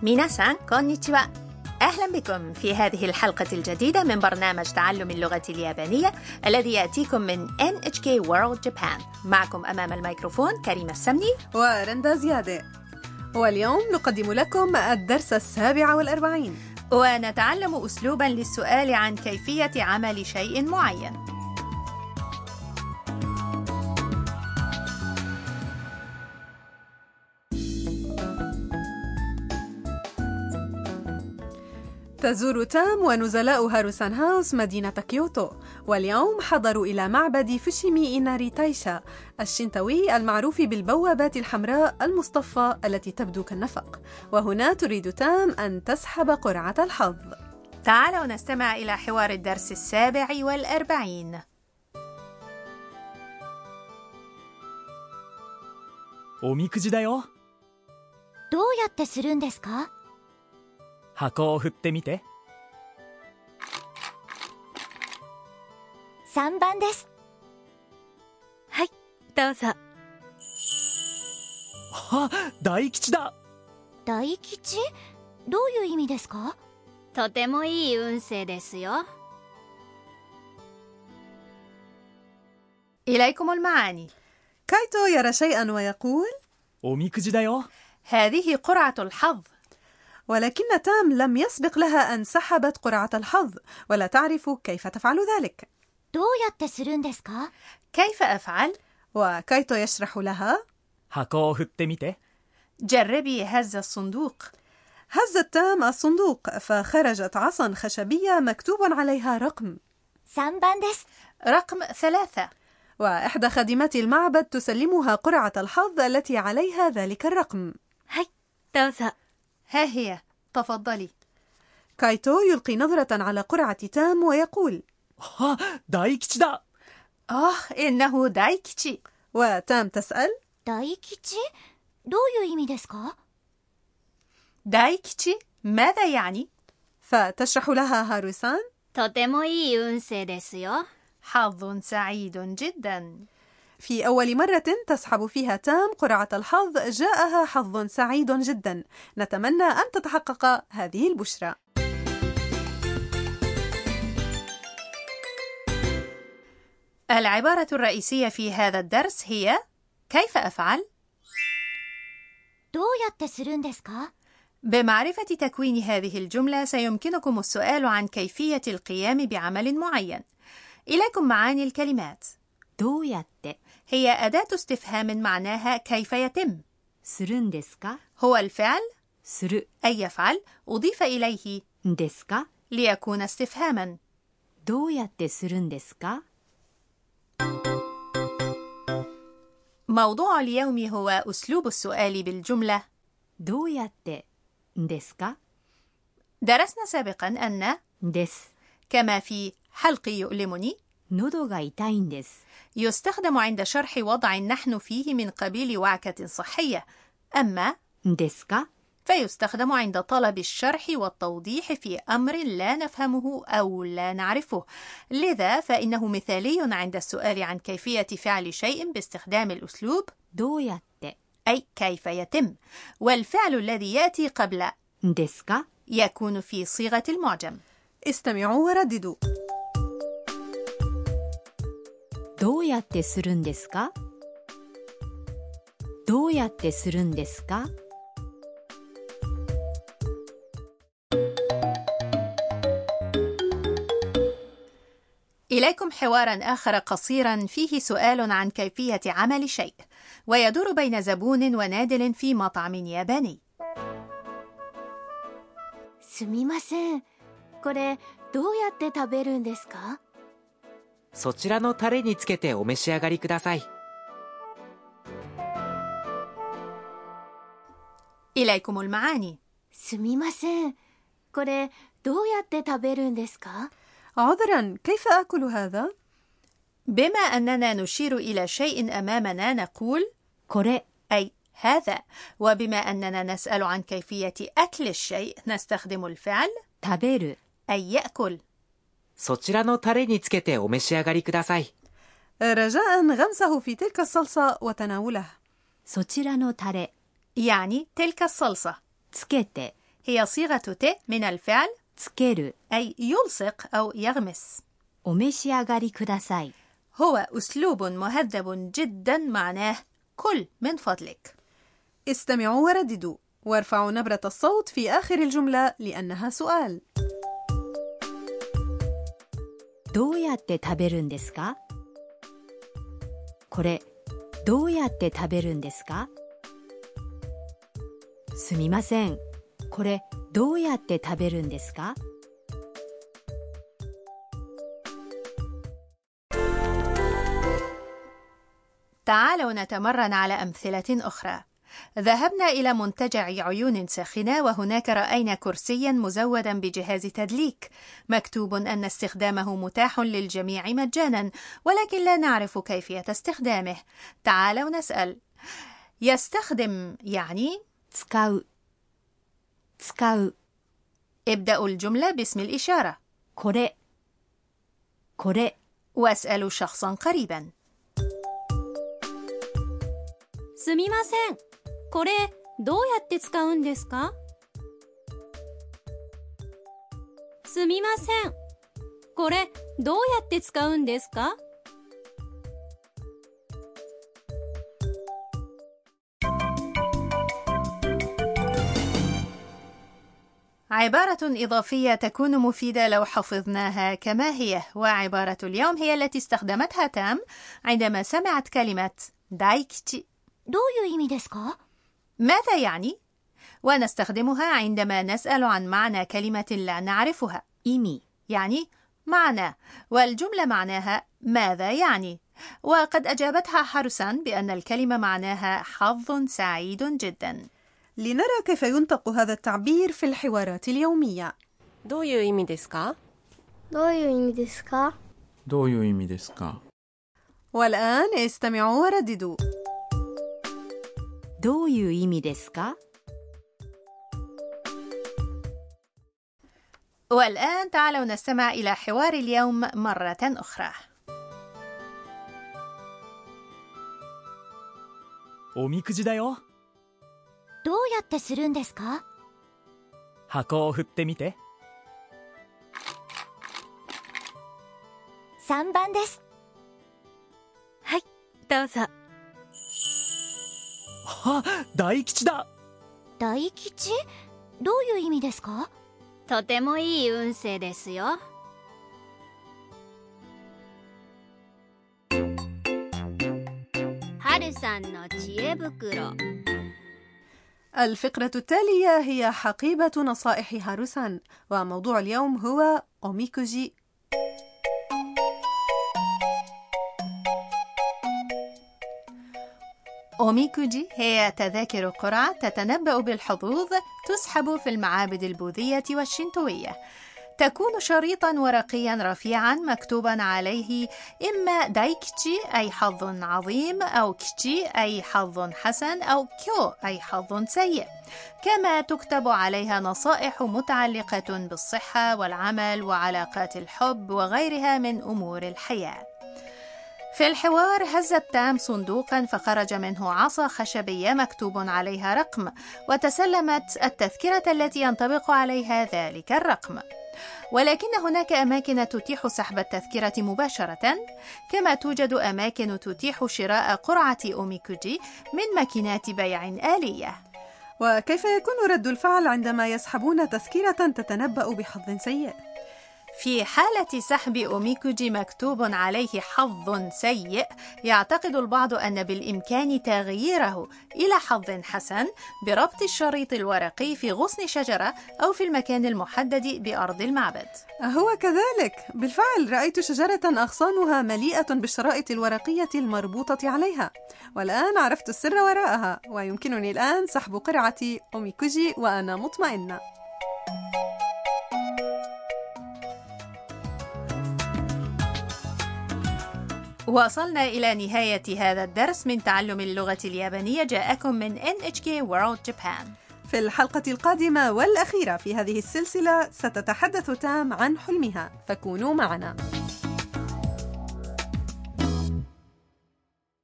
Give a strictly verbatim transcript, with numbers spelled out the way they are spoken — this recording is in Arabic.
ميناسان كونيتشوا. أهلا بكم في هذه الحلقة الجديدة من برنامج تعلم اللغة اليابانية الذي يأتيكم من إن إتش كي World Japan. معكم أمام الميكروفون كريمة السمني ورندا زيادة، واليوم نقدم لكم الدرس السابع والأربعين، ونتعلم أسلوبا للسؤال عن كيفية عمل شيء معين. تزور تام ونزلاء هاروسان هاوس مدينة كيوتو، واليوم حضروا إلى معبد فوشيمي إناري تايشا الشنتوي المعروف بالبوابات الحمراء المصطفى التي تبدو كالنفق، وهنا تريد تام أن تسحب قرعة الحظ. تعالوا نستمع إلى حوار الدرس السابع والأربعين. おみくじだよ。 どうやってするんですか？ 箱を振ってみて。 さんばんです。 はい、どうぞ。 あ、大吉だ。 大吉？どういう意味ですか？ とてもいい運勢ですよ。 إليكم المعاني. كايتو يرى شيئا ويقول: おみくじだよ。 هذه قرعة الحظ. ولكن تام لم يسبق لها أن سحبت قرعة الحظ ولا تعرف كيف تفعل ذلك. どうやってするんですか？ كيف أفعل؟ وكايتو يشرح لها: 箱を振ってみて。 جربي هز الصندوق. هزت تام الصندوق فخرجت عصا خشبية مكتوب عليها رقم. さんばんです。 رقم ثلاثة. وإحدى خادمات المعبد تسلمها قرعة الحظ التي عليها ذلك الرقم. はい、どうぞ。 ها هي، تفضلي. كايتو يلقي نظرة على قرعة تام ويقول: あ、大吉だ。 آه، إنه دايكيتشي. وتام تسأل: 大吉？どういう意味ですか？ دايكيتشي ماذا يعني؟ فتشرح لها هاروسان: とてもいい運勢ですよ。 حظ سعيد جدا. في أول مرة تسحب فيها تام قرعة الحظ جاءها حظ سعيد جدا. نتمنى أن تتحقق هذه البشرى. العبارة الرئيسية في هذا الدرس هي كيف أفعل؟ どうやってするんですか？ بمعرفة تكوين هذه الجملة سيمكنكم السؤال عن كيفية القيام بعمل معين. إليكم معاني الكلمات. どうやって هي أداة استفهام معناها كيف يتم. するんですか？ هو الفعل する أي يفعل أضيف إليه んですか？ ليكون استفهاما. どうやってするんですか？ موضوع اليوم هو أسلوب السؤال بالجملة どうやってんですか？ درسنا سابقا أن です。 كما في حلقي يؤلمني 喉が痛いんです。 يستخدم عند شرح وضع نحن فيه من قبيل وعكة صحية. أما ですか？ فيستخدم عند طلب الشرح والتوضيح في أمر لا نفهمه أو لا نعرفه. لذا فإنه مثالي عند السؤال عن كيفية فعل شيء باستخدام الأسلوب どうやって أي كيف يتم، والفعل الذي يأتي قبل んですか？ يكون في صيغة المعجم. استمعوا ورددوا. どうやってするんですか？どうやってするんですか？ إليكم حوارا آخر قصيرا فيه سؤال عن كيفية عمل شيء، ويدور بين زبون ونادل في مطعم ياباني. すみません。これどうやって食べるんですか？ そちらのタレにつけてお召し上がりください。 إليكم المعاني. すみません。これどうやって食べるんですか？ عذرا، كيف آكل هذا؟ بما أننا نشير إلى شيء أمامنا نقول これ أي هذا، وبما أننا نسأل عن كيفية أكل الشيء نستخدم الفعل 食べる أي يأكل. そちらのタレにつけてお召し上がりください。 رجاء غمسه في تلك الصلصة وتناوله. そちらのタレ يعني تلك الصلصة. つけて هي صيغة ت من الفعل つける أي يلصق أو يغمس. お召し上がりください هو أسلوب مهذب جدا معناه كل من فضلك. استمعوا ورددوا وارفعوا نبرة الصوت في آخر الجملة لأنها سؤال. どうやって食べるんですかこれどうやって食べるんですかすみませんこれどうやって食べるんですか تعالوا نتمرن على أمثلة أخرى. ذهبنا إلى منتجع عيون ساخنة وهناك رأينا كرسيا مزودا بجهاز تدليك مكتوب أن استخدامه متاح للجميع مجانا ولكن لا نعرف كيفية استخدامه. تعالوا نسأل. يستخدم يعني 使う使う ابدأوا الجملة باسم الإشارة これこれ واسألوا شخصا قريبا. すみません。これどうやって使うんですか？すみません。これどうやって使うんですか？ عبارة إضافية تكون مفيدة لو حفظناها كما هي، وعبارة اليوم هي التي استخدمتها تام عندما سمعت كلمة دايكيتشي. どういう意味ですか？ ماذا يعني؟ ونستخدمها عندما نسأل عن معنى كلمة لا نعرفها. 意味 يعني معنى، والجملة معناها ماذا يعني. وقد أجابتها حارسان بأن الكلمة معناها حظ سعيد جدا. لنرى كيف ينطق هذا التعبير في الحوارات اليومية. どういう意味ですか？ どういう意味ですか？ どういう意味ですか？ والآن استمعوا ورددوا. どういう意味ですか والآن تعالوا نستمع إلى حوار اليوم مرة أخرى. おみくじだよ。 どうやってするんですか？ 箱を振ってみて。 さんばんです。はい、どうぞ。 あ、大吉だ。 大吉？どういう意味ですか？ とてもいい運勢ですよ。春さんの知恵袋。 الفقرة التالية هي حقيبة نصائح هاروسان، وموضوع اليوم هو أوميكوجي. أوميكوجي هي تذاكر قرعة تتنبأ بالحظوظ تسحب في المعابد البوذية والشينتوية. تكون شريطا ورقيا رفيعا مكتوبا عليه إما دايكيتشي أي حظ عظيم أو كيتشي أي حظ حسن أو كيو أي حظ سيء، كما تكتب عليها نصائح متعلقة بالصحة والعمل وعلاقات الحب وغيرها من أمور الحياة. في الحوار هزت تام صندوقا فخرج منه عصا خشبية مكتوب عليها رقم، وتسلمت التذكرة التي ينطبق عليها ذلك الرقم. ولكن هناك أماكن تتيح سحب التذكرة مباشرة، كما توجد أماكن تتيح شراء قرعة أوميكوجي من ماكينات بيع آلية. وكيف يكون رد الفعل عندما يسحبون تذكرة تتنبأ بحظ سيء؟ في حالة سحب أوميكوجي مكتوب عليه حظ سيء، يعتقد البعض أن بالإمكان تغييره إلى حظ حسن بربط الشريط الورقي في غصن شجرة أو في المكان المحدد بأرض المعبد. هو كذلك، بالفعل رأيت شجرة أغصانها مليئة بالشرائط الورقية المربوطة عليها، والآن عرفت السر وراءها، ويمكنني الآن سحب قرعة أوميكوجي وأنا مطمئنة. وصلنا إلى نهاية هذا الدرس من تعلم اللغة اليابانية، جاءكم من إن إتش كي World Japan. في الحلقة القادمة والأخيرة في هذه السلسلة ستتحدث تام عن حلمها، فكونوا معنا.